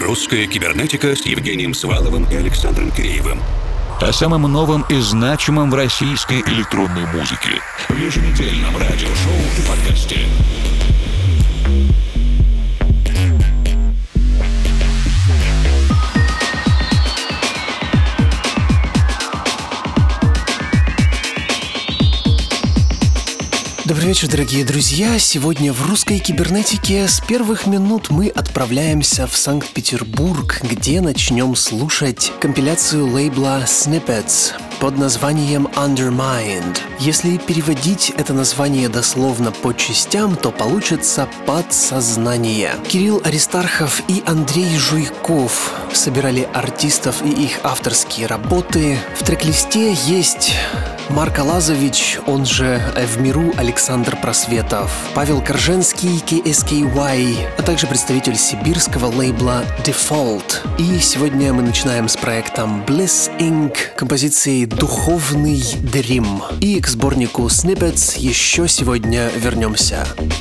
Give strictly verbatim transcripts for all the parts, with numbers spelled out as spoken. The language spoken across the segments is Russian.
Русская кибернетика с Евгением Сваловым и Александром Киреевым. О самом новом и значимом в российской электронной музыке. В еженедельном радиошоу и подкасте. Добрый вечер, дорогие друзья! Сегодня в русской кибернетике с первых минут мы отправляемся в Санкт-Петербург, где начнем слушать компиляцию лейбла Snippets под названием Undermined. Если переводить это название дословно по частям, то получится «подсознание». Кирилл Аристархов и Андрей Жуйков собирали артистов и их авторские работы. В трек-листе есть Марк Алазович, он же в миру Александр Просветов, Павел Корженский, кей эс кей уай, а также представитель сибирского лейбла Default. И сегодня мы начинаем с проектом Bliss инкорпорейтед, композицией «Духовный Дрим». И к сборнику Snippets еще сегодня вернемся.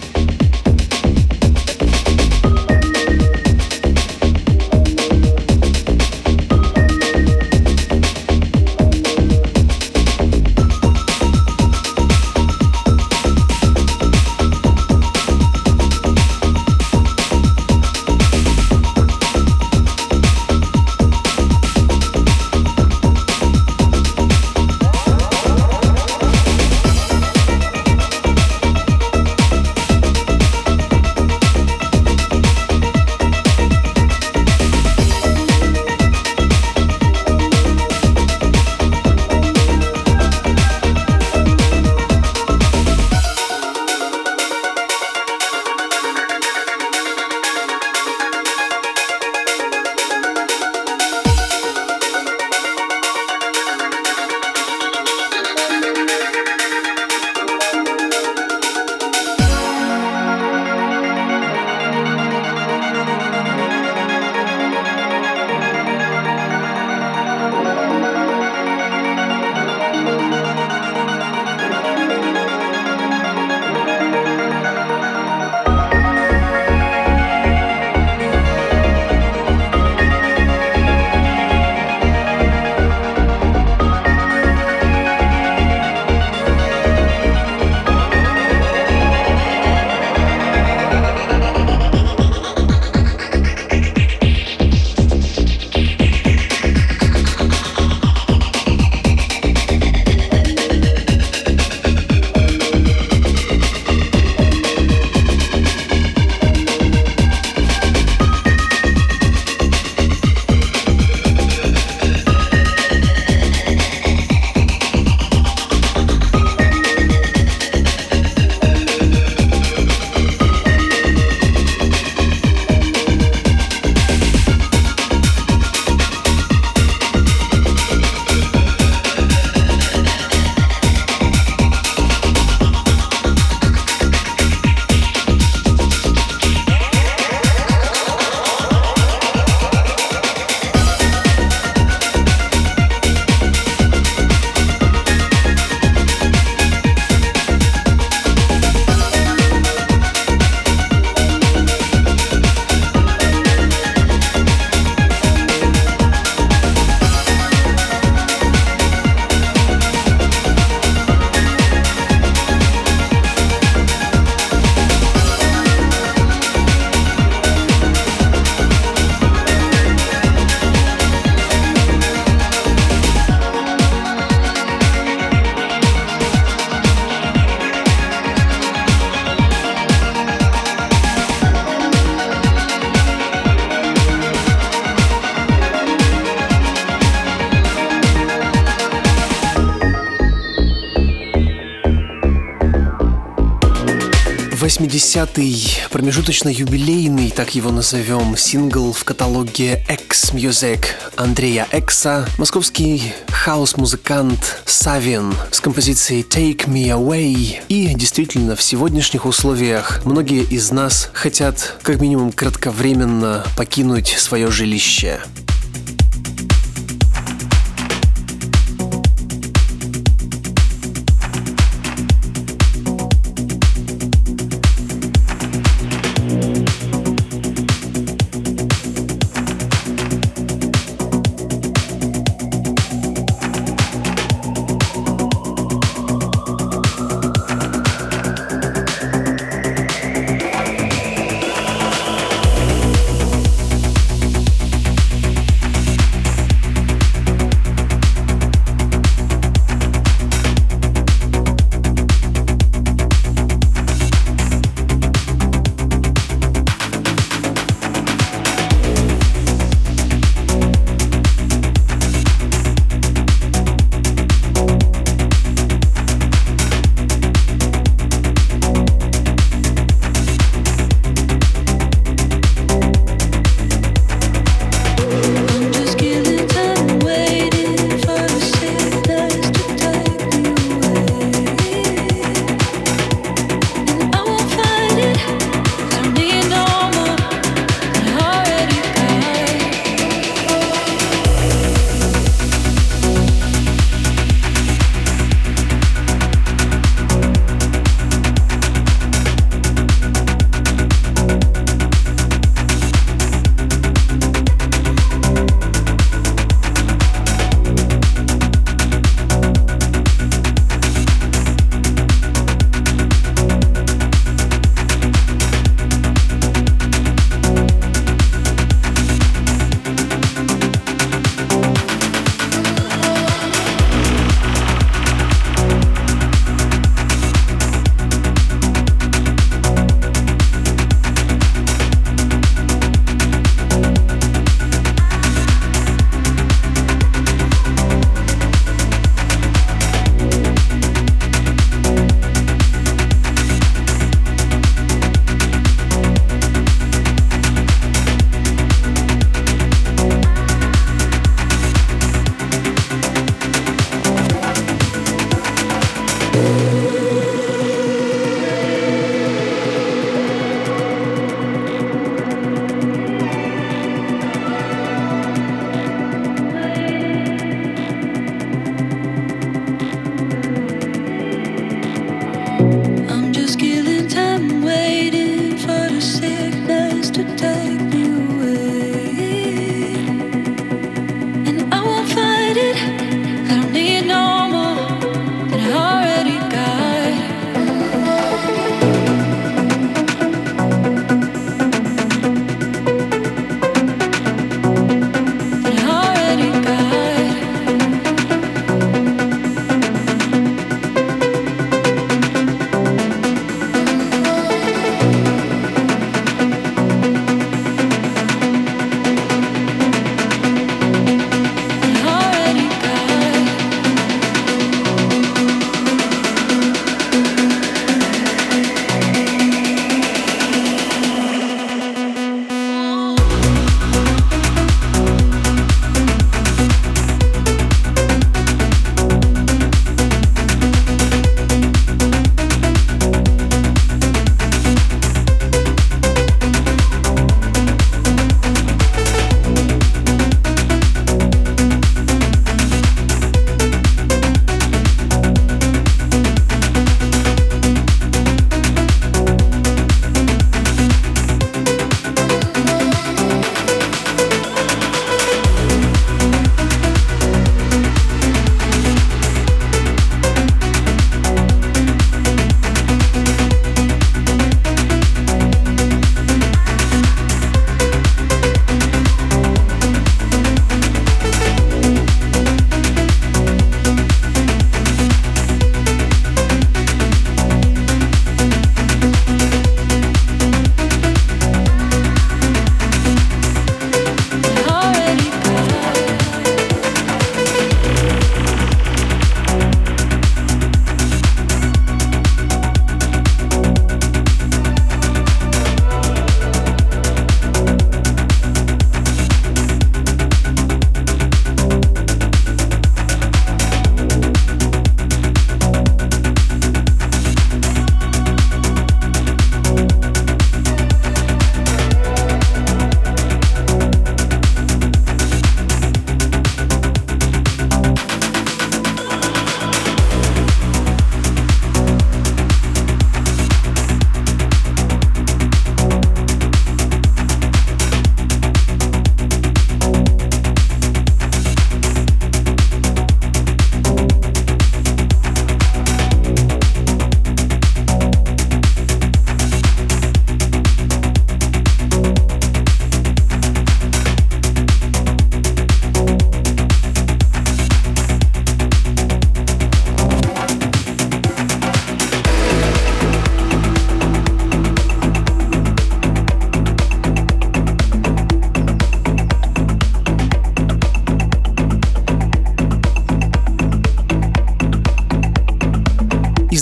восьмидесятый, промежуточно-юбилейный, так его назовем, сингл в каталоге X-Music Андрея Экса, московский хаус-музыкант Савин с композицией Take Me Away. И действительно, в сегодняшних условиях многие из нас хотят как минимум кратковременно покинуть свое жилище.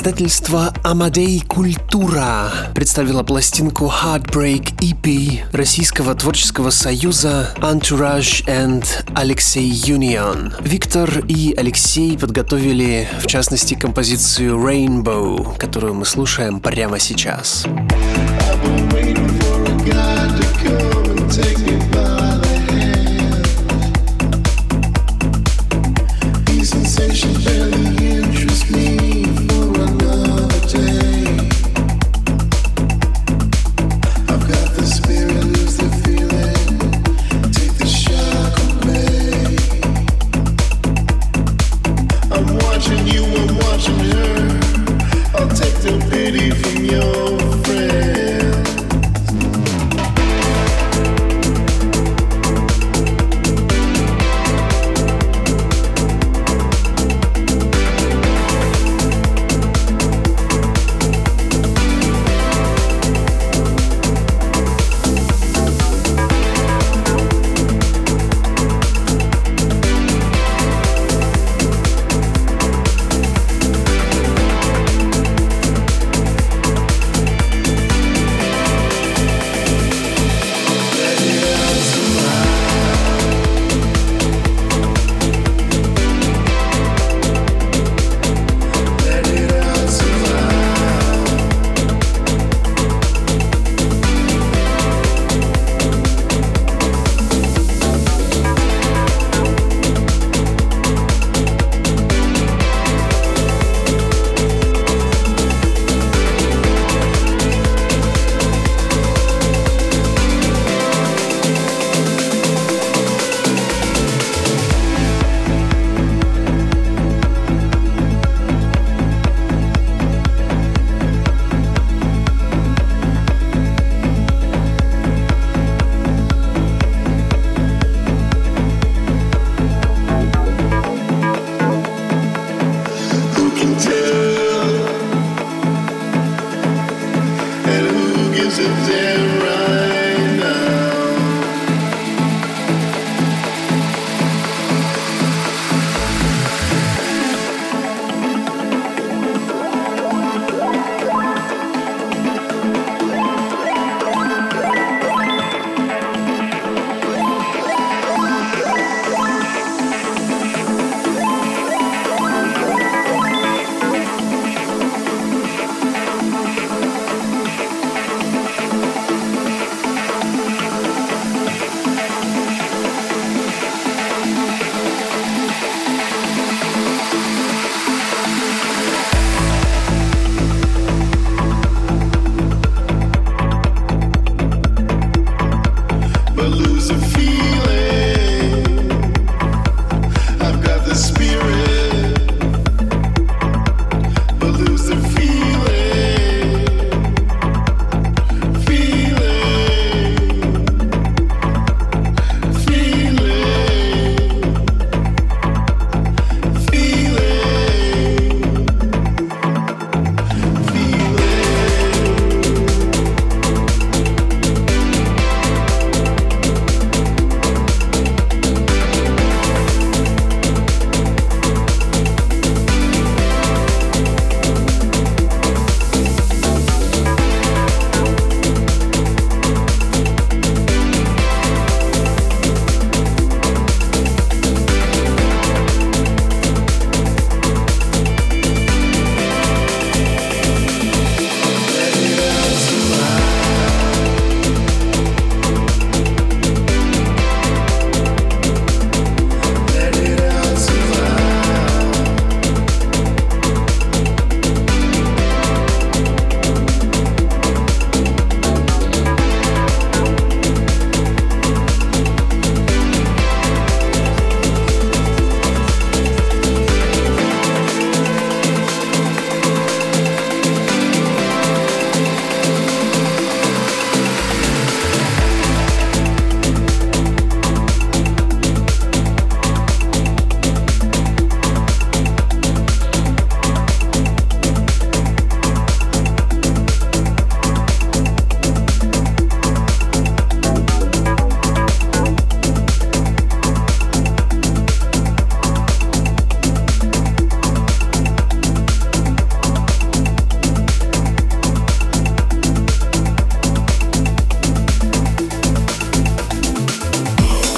Издательство Амадей Культура представило пластинку Heartbreak и пи Российского творческого союза Entourage and Alexei Union. Виктор и Алексей подготовили, в частности, композицию Rainbow, которую мы слушаем прямо сейчас. From your friends.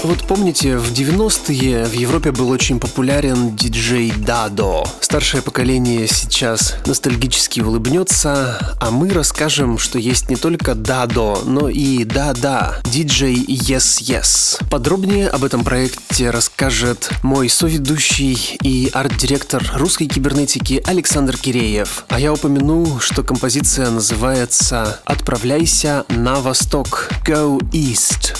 Вот помните, в девяностые в Европе был очень популярен диджей Дадо. Старшее поколение сейчас ностальгически улыбнется, а мы расскажем, что есть не только Дадо, но и Да-Да, диджей Yes Yes. Подробнее об этом проекте расскажет мой соведущий и арт-директор русской кибернетики Александр Киреев. А я упомяну, что композиция называется «Отправляйся на восток» — Go East.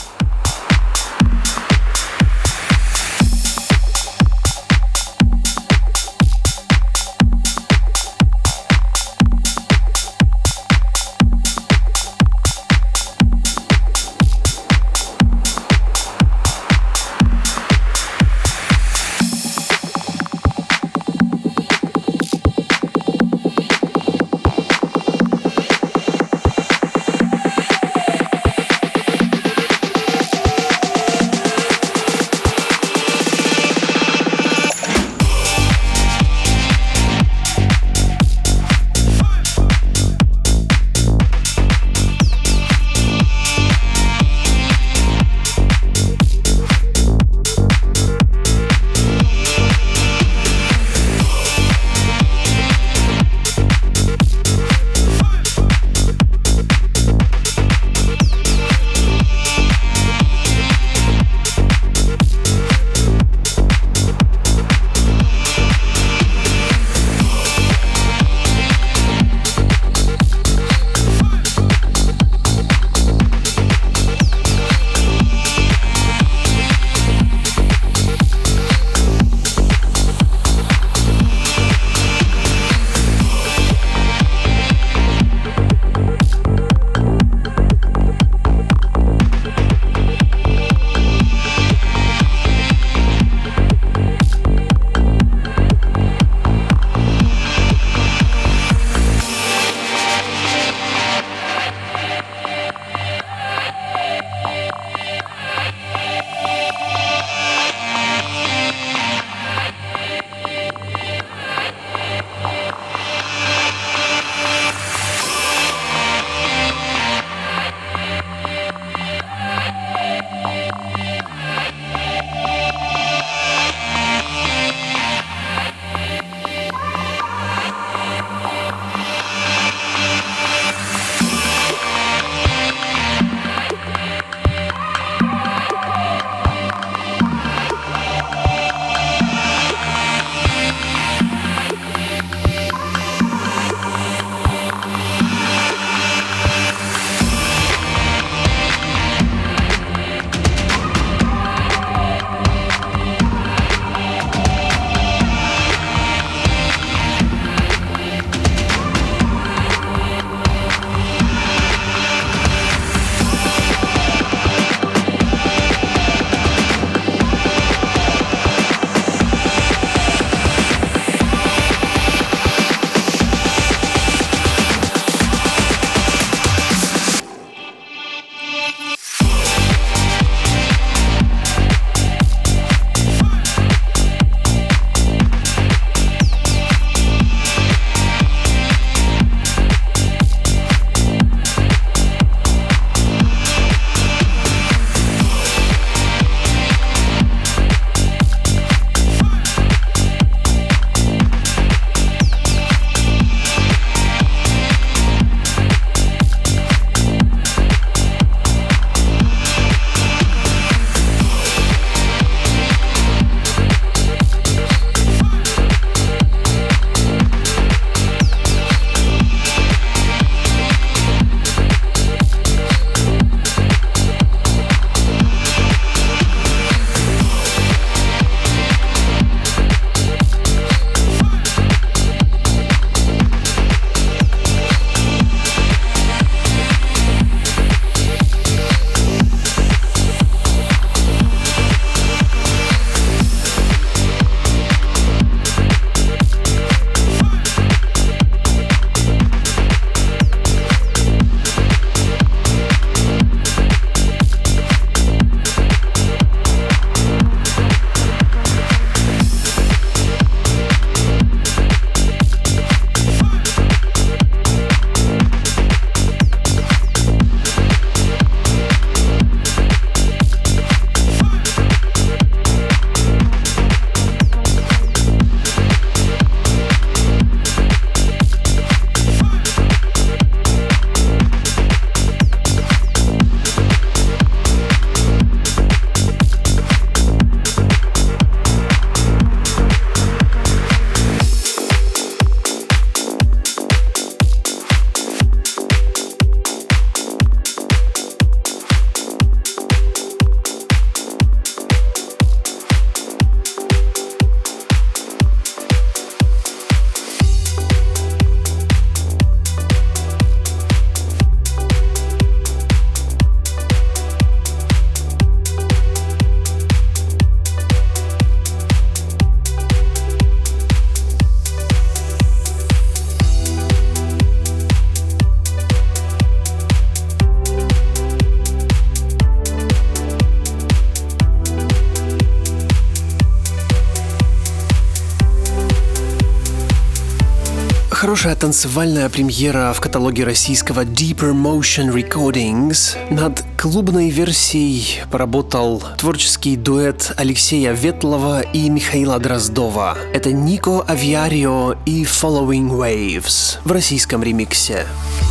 Хорошая танцевальная премьера в каталоге российского Deeper Motion Recordings. Над клубной версией поработал творческий дуэт Алексея Ветлова и Михаила Дроздова. Это Нико Авиарио и Following Waves в российском ремиксе.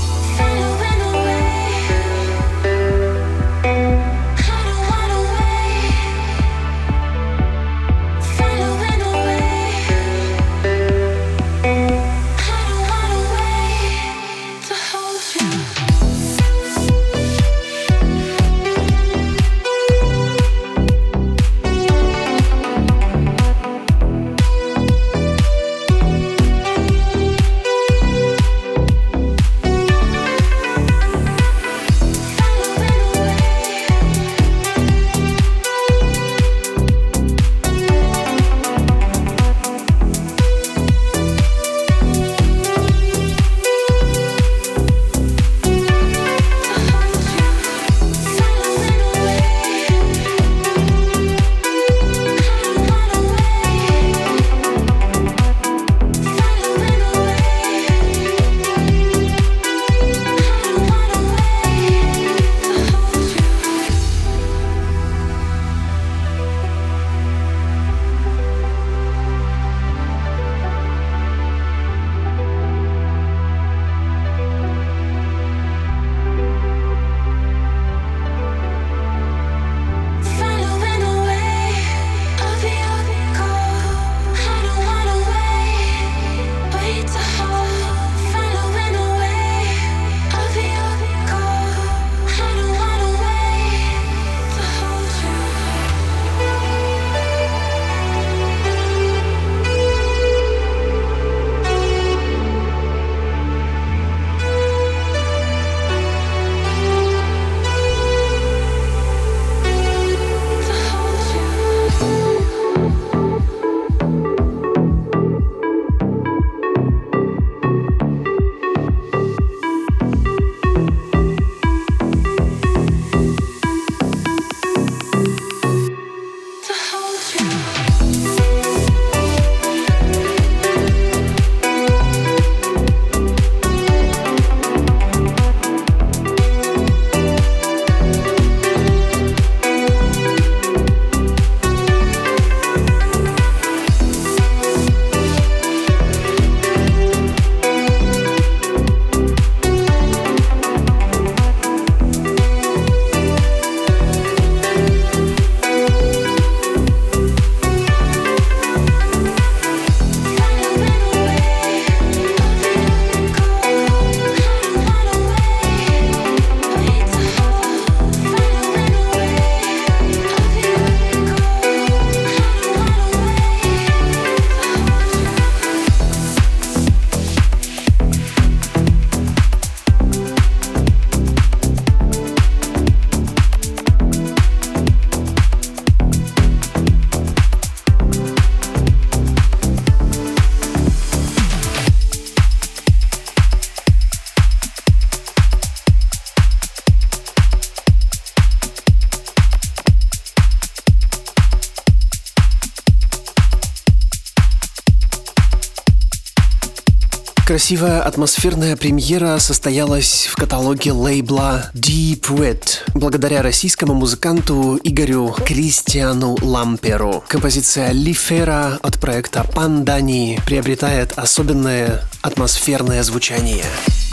Красивая атмосферная премьера состоялась в каталоге лейбла Deep Red благодаря российскому музыканту Игорю Кристиану Ламперу. Композиция Лифера от проекта Пандани приобретает особенное атмосферное звучание.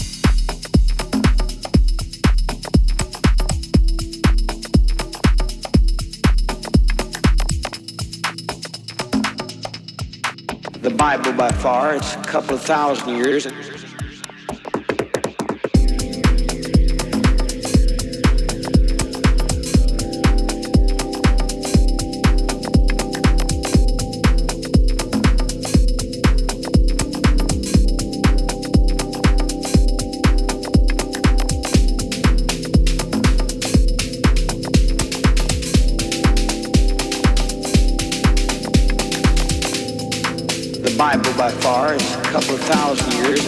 The Bible by far, it's a couple of thousand years. Bible by far is a couple of thousand years.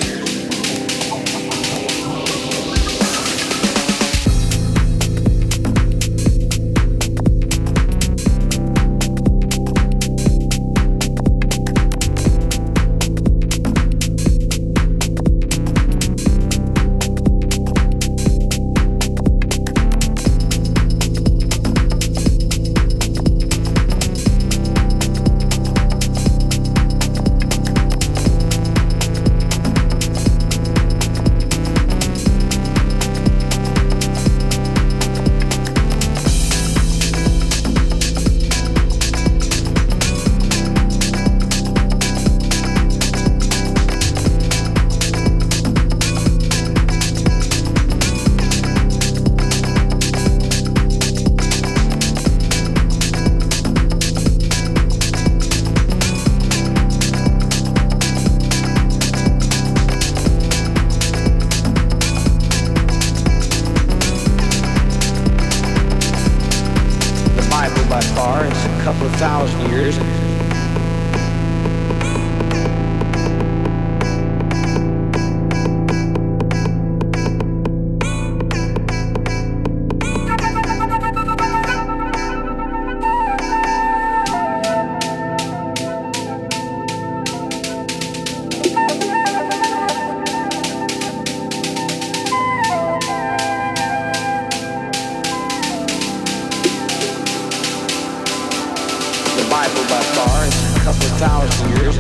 far. It's a couple of thousand years. Bible by far. It's a couple of thousand years.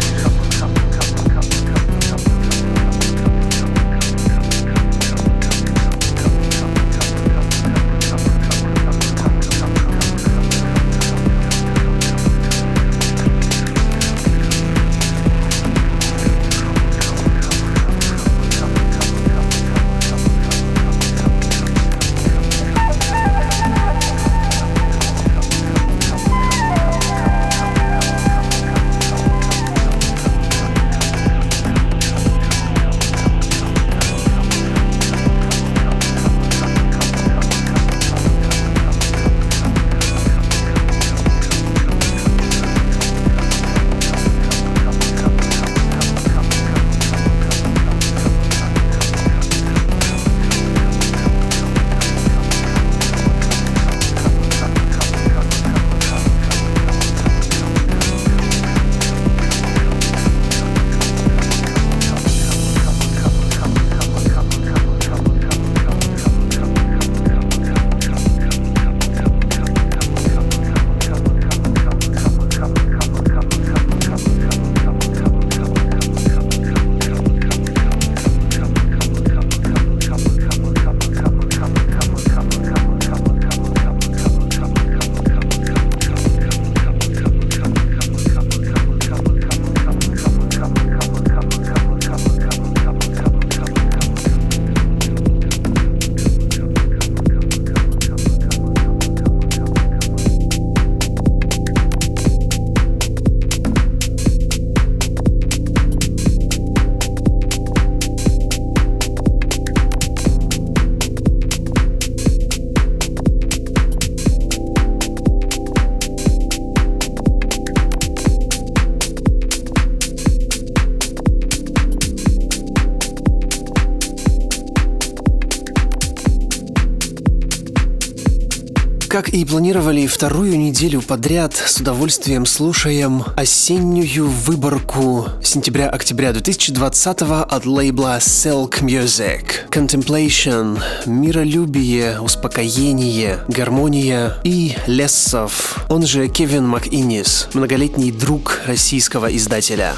Как и планировали, вторую неделю подряд с удовольствием слушаем осеннюю выборку сентября-октября две тысячи двадцатого от лейбла Silk Music. Contemplation, миролюбие, успокоение, гармония и Лессов, он же Кевин МакИннис, многолетний друг российского издателя.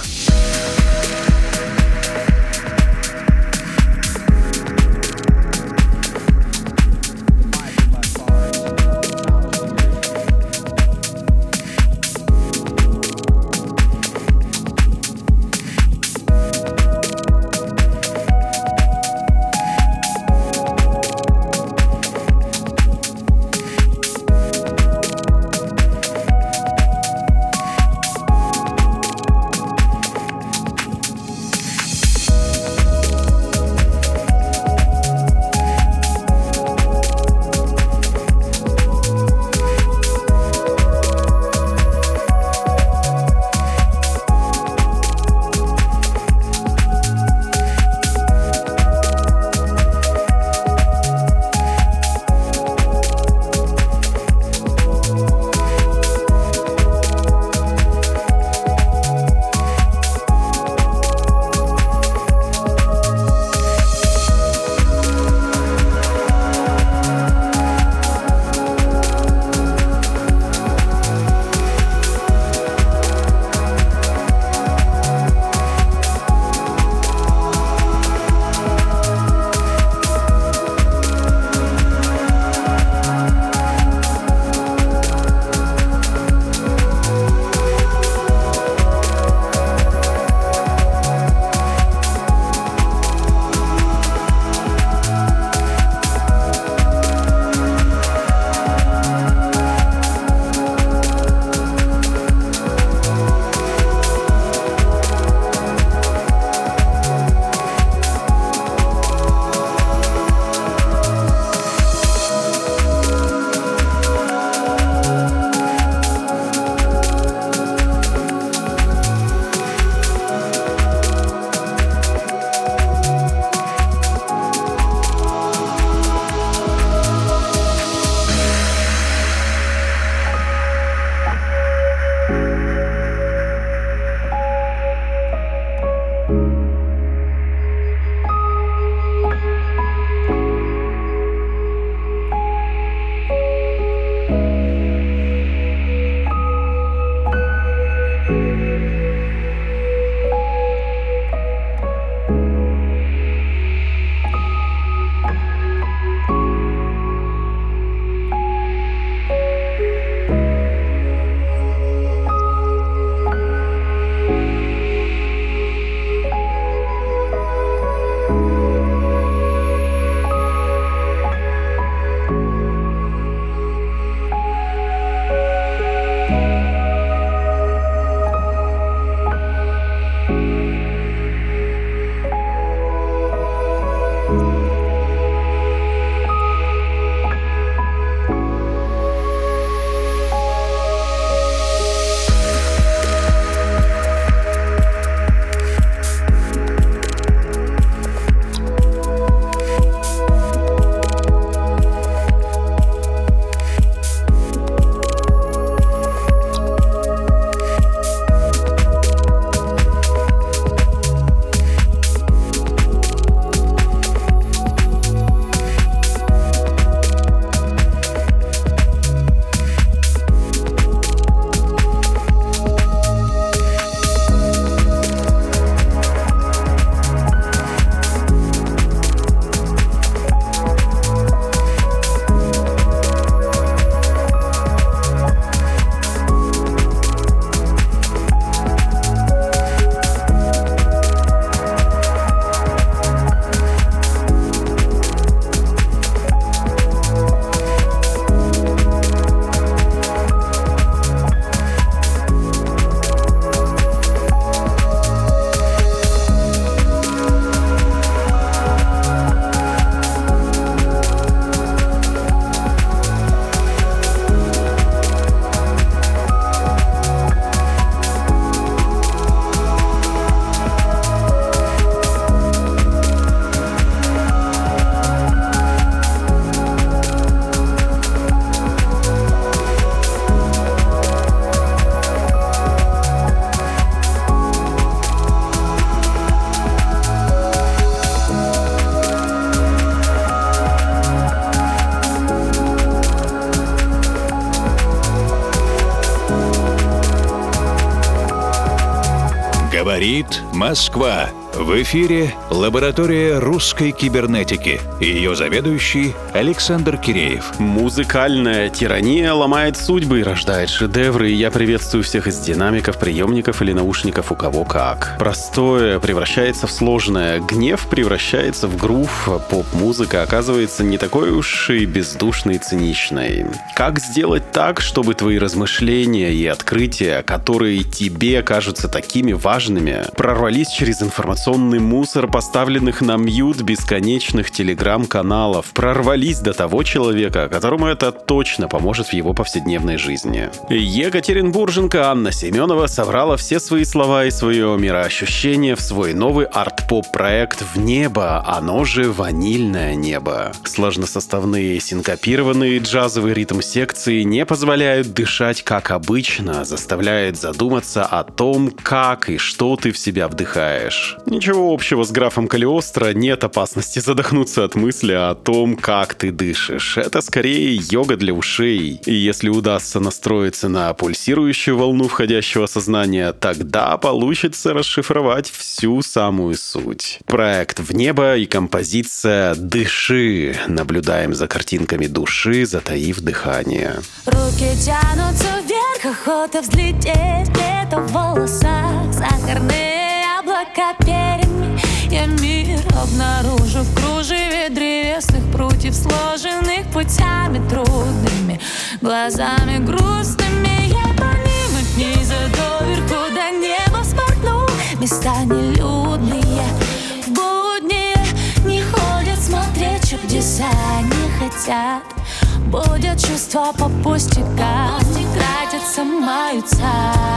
Говорит Москва. В эфире лаборатория русской кибернетики. Ее заведующий Александр Киреев. Музыкальная тирания ломает судьбы и рождает шедевры. И я приветствую всех из динамиков, приемников или наушников, у кого как. Простое превращается в сложное. Гнев превращается в грув. Поп-музыка оказывается не такой уж и бездушной и циничной. Как сделать так, чтобы твои размышления и открытия, которые тебе кажутся такими важными, прорвались через информационную мусор, поставленных на мьют бесконечных телеграм-каналов, прорвались до того человека, которому это точно поможет в его повседневной жизни. Екатеринбурженка Анна Семенова собрала все свои слова и свое мироощущение в свой новый арт-поп-проект «В небо», оно же «Ванильное небо». Сложносоставные синкопированные джазовые ритм-секции не позволяют дышать как обычно, заставляют задуматься о том, как и что ты в себя вдыхаешь. Ничего общего с графом Калиостро, нет опасности задохнуться от мысли о том, как ты дышишь. Это скорее йога для ушей. И если удастся настроиться на пульсирующую волну входящего сознания, тогда получится расшифровать всю самую суть. Проект «В небо» и композиция «Дыши». Наблюдаем за картинками души, затаив дыхание. Руки тянутся вверх, охота взлететь, лето в волосах, сахарные облака перед ними. Я мир обнаружу в кружеве древесных прутьев, сложенных путями трудными, глазами грустными. Я по ним от низа до верху, до неба взмахну. Места нелюдные, в будни не ходят смотреть чудеса, не хотят. Будет чувство по пустякам, тратятся, маются.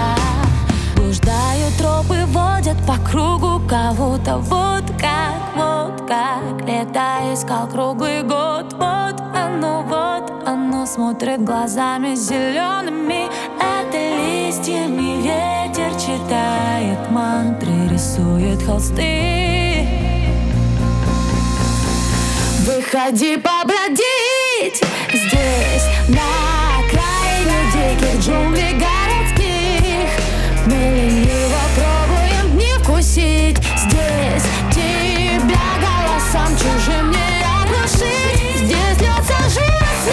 Блуждают тропы, водят по кругу кого-то. Вот как, вот как лето искал круглый год. Вот оно, вот оно смотрит глазами зелеными. Это листьями ветер читает мантры, рисует холсты. Выходи побродить здесь, на окраине диких джунглей городских. Мы лениво пробуем дни вкусить здесь. Тебя голосом чужим не оглушить. Здесь льется жизнь.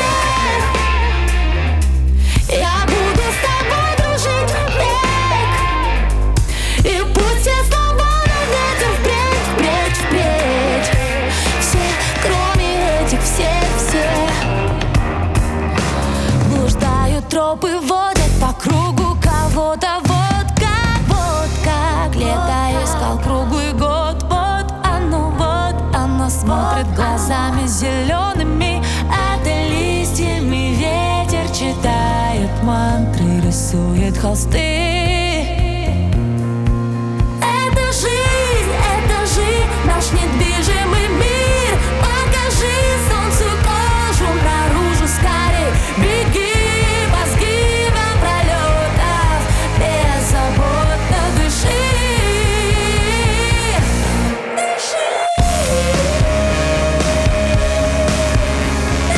Я буду с тобой дружить век. И пусть все свободно ветер впредь, впредь, впредь. Все, кроме этих, все, все. Блуждают тропы, водят по кругу кого-то. Вот как, вот как лето искал круглый год. Вот оно, вот оно смотрит глазами зелеными. Это листьями ветер читает мантры, рисует холсты. Это жизнь, это жизнь, наш недвижимый мир. Покажи солнцу кожу, наружу скорей. Беги по сгибам пролетов, беззаботно дыши. Дыши.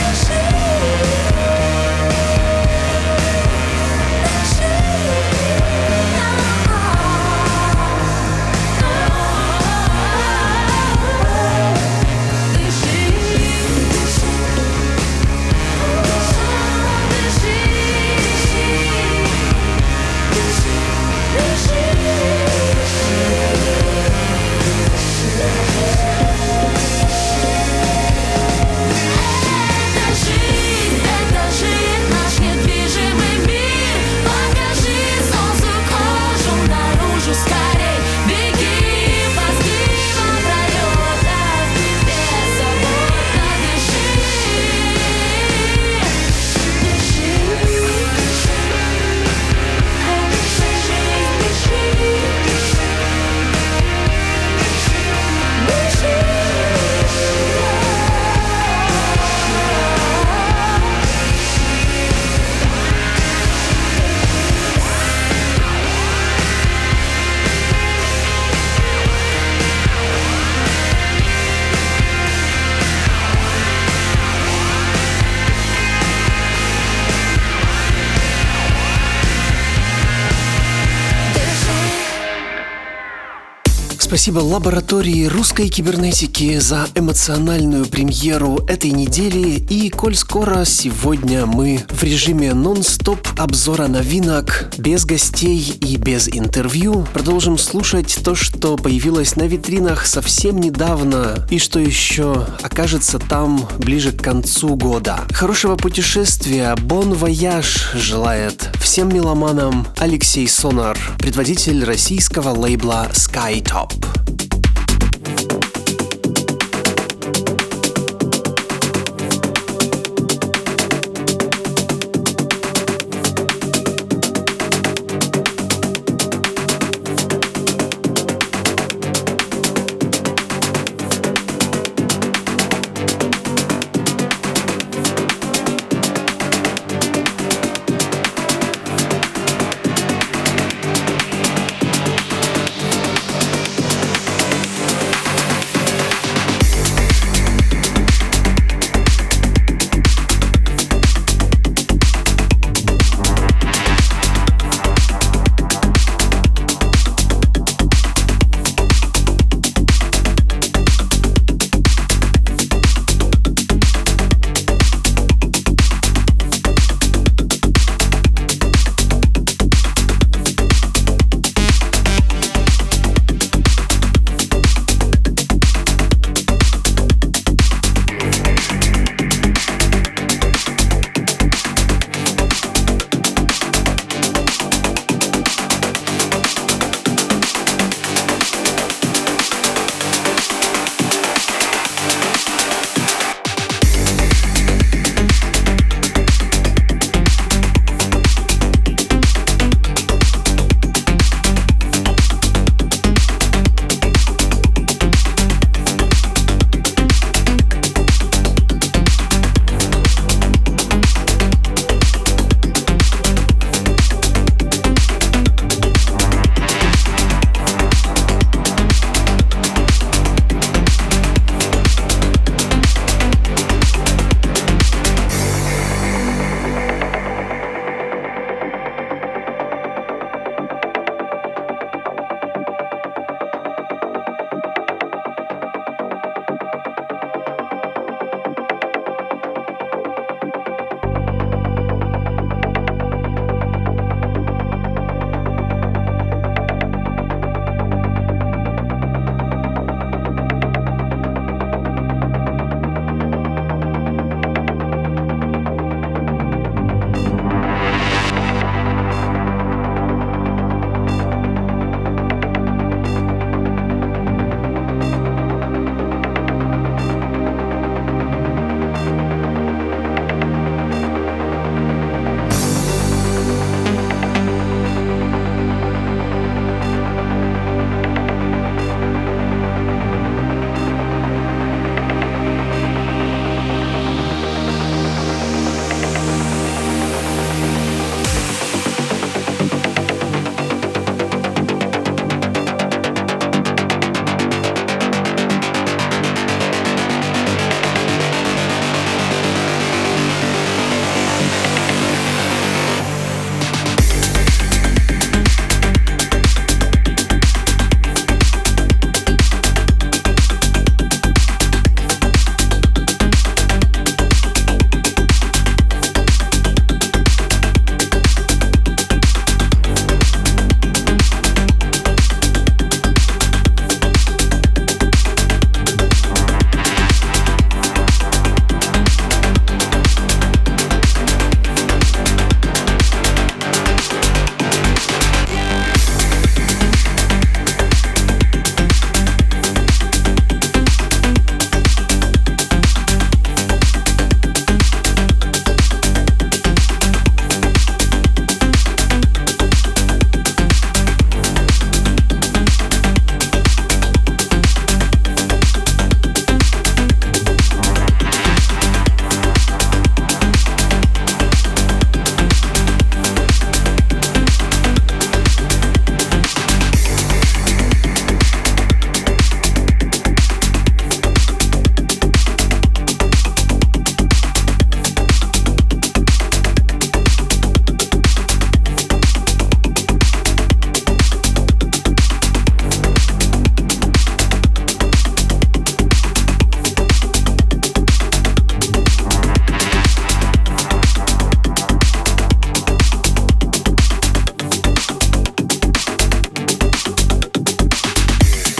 Дыши. Дыши. Спасибо лаборатории русской кибернетики за эмоциональную премьеру этой недели. И коль скоро сегодня мы в режиме нон-стоп обзора новинок, без гостей и без интервью, продолжим слушать то, что появилось на витринах совсем недавно и что еще окажется там ближе к концу года. Хорошего путешествия, бон вояж желает всем меломанам Алексей Сонар, предводитель российского лейбла Skytop.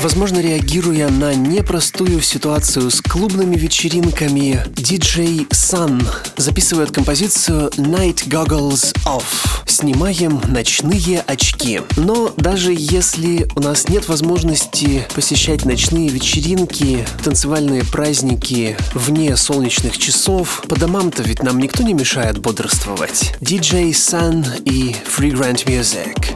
Возможно, реагируя на непростую ситуацию с клубными вечеринками, диджей Sun записывает композицию Night Goggles Off. Снимаем ночные очки. Но даже если у нас нет возможности посещать ночные вечеринки, танцевальные праздники вне солнечных часов, по домам-то ведь нам никто не мешает бодрствовать. диджей Sun и Fragrant Music.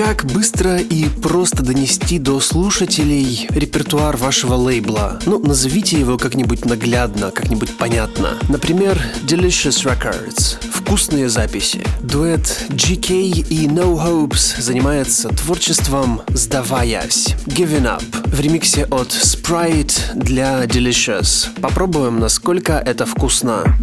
как быстро и просто донести до слушателей репертуар вашего лейбла? Ну, назовите его как-нибудь наглядно, как-нибудь понятно. Например, Delicious Records. Вкусные записи. Дуэт джи кей и No Hopes занимается творчеством «Сдаваясь». Giving Up в ремиксе от Sprite для Delicious. Попробуем, насколько это вкусно.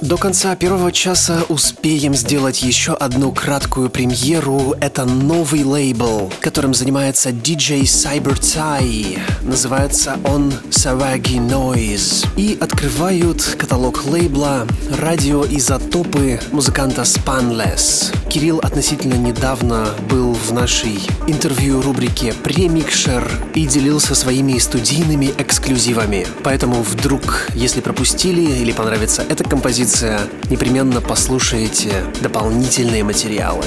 До конца первого часа успеем сделать еще одну краткую премьеру. Это новый лейбл, которым занимается диджей Cybertai. Называется он Savage Noise. И открывают каталог лейбла радиоизотопы музыканта Spineless. Кирилл относительно недавно был в нашей интервью-рубрике «Премикшер» и делился своими студийными эксклюзивами. Поэтому вдруг, если пропустили или понравится эта композиция, непременно послушайте дополнительные материалы.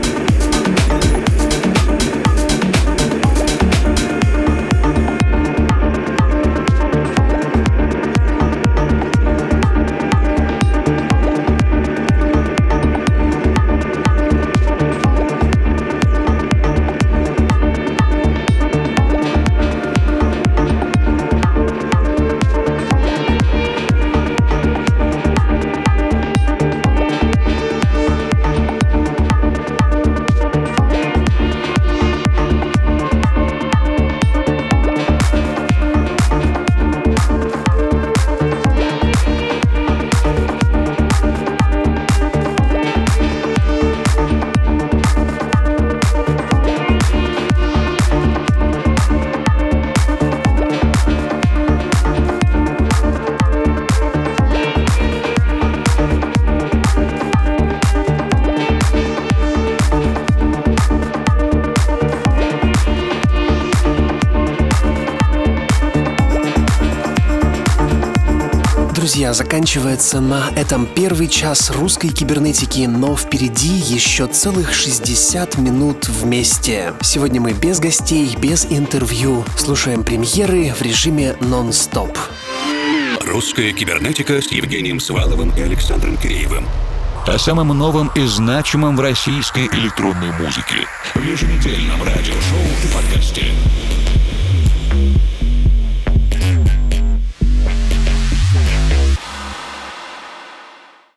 Друзья, заканчивается на этом первый час русской кибернетики, но впереди еще целых шестьдесят минут вместе. Сегодня мы без гостей, без интервью, слушаем премьеры в режиме нон-стоп. Русская кибернетика с Евгением Сваловым и Александром Киреевым. О самом новом и значимом в российской электронной музыке. В еженедельном радиошоу и подкасте.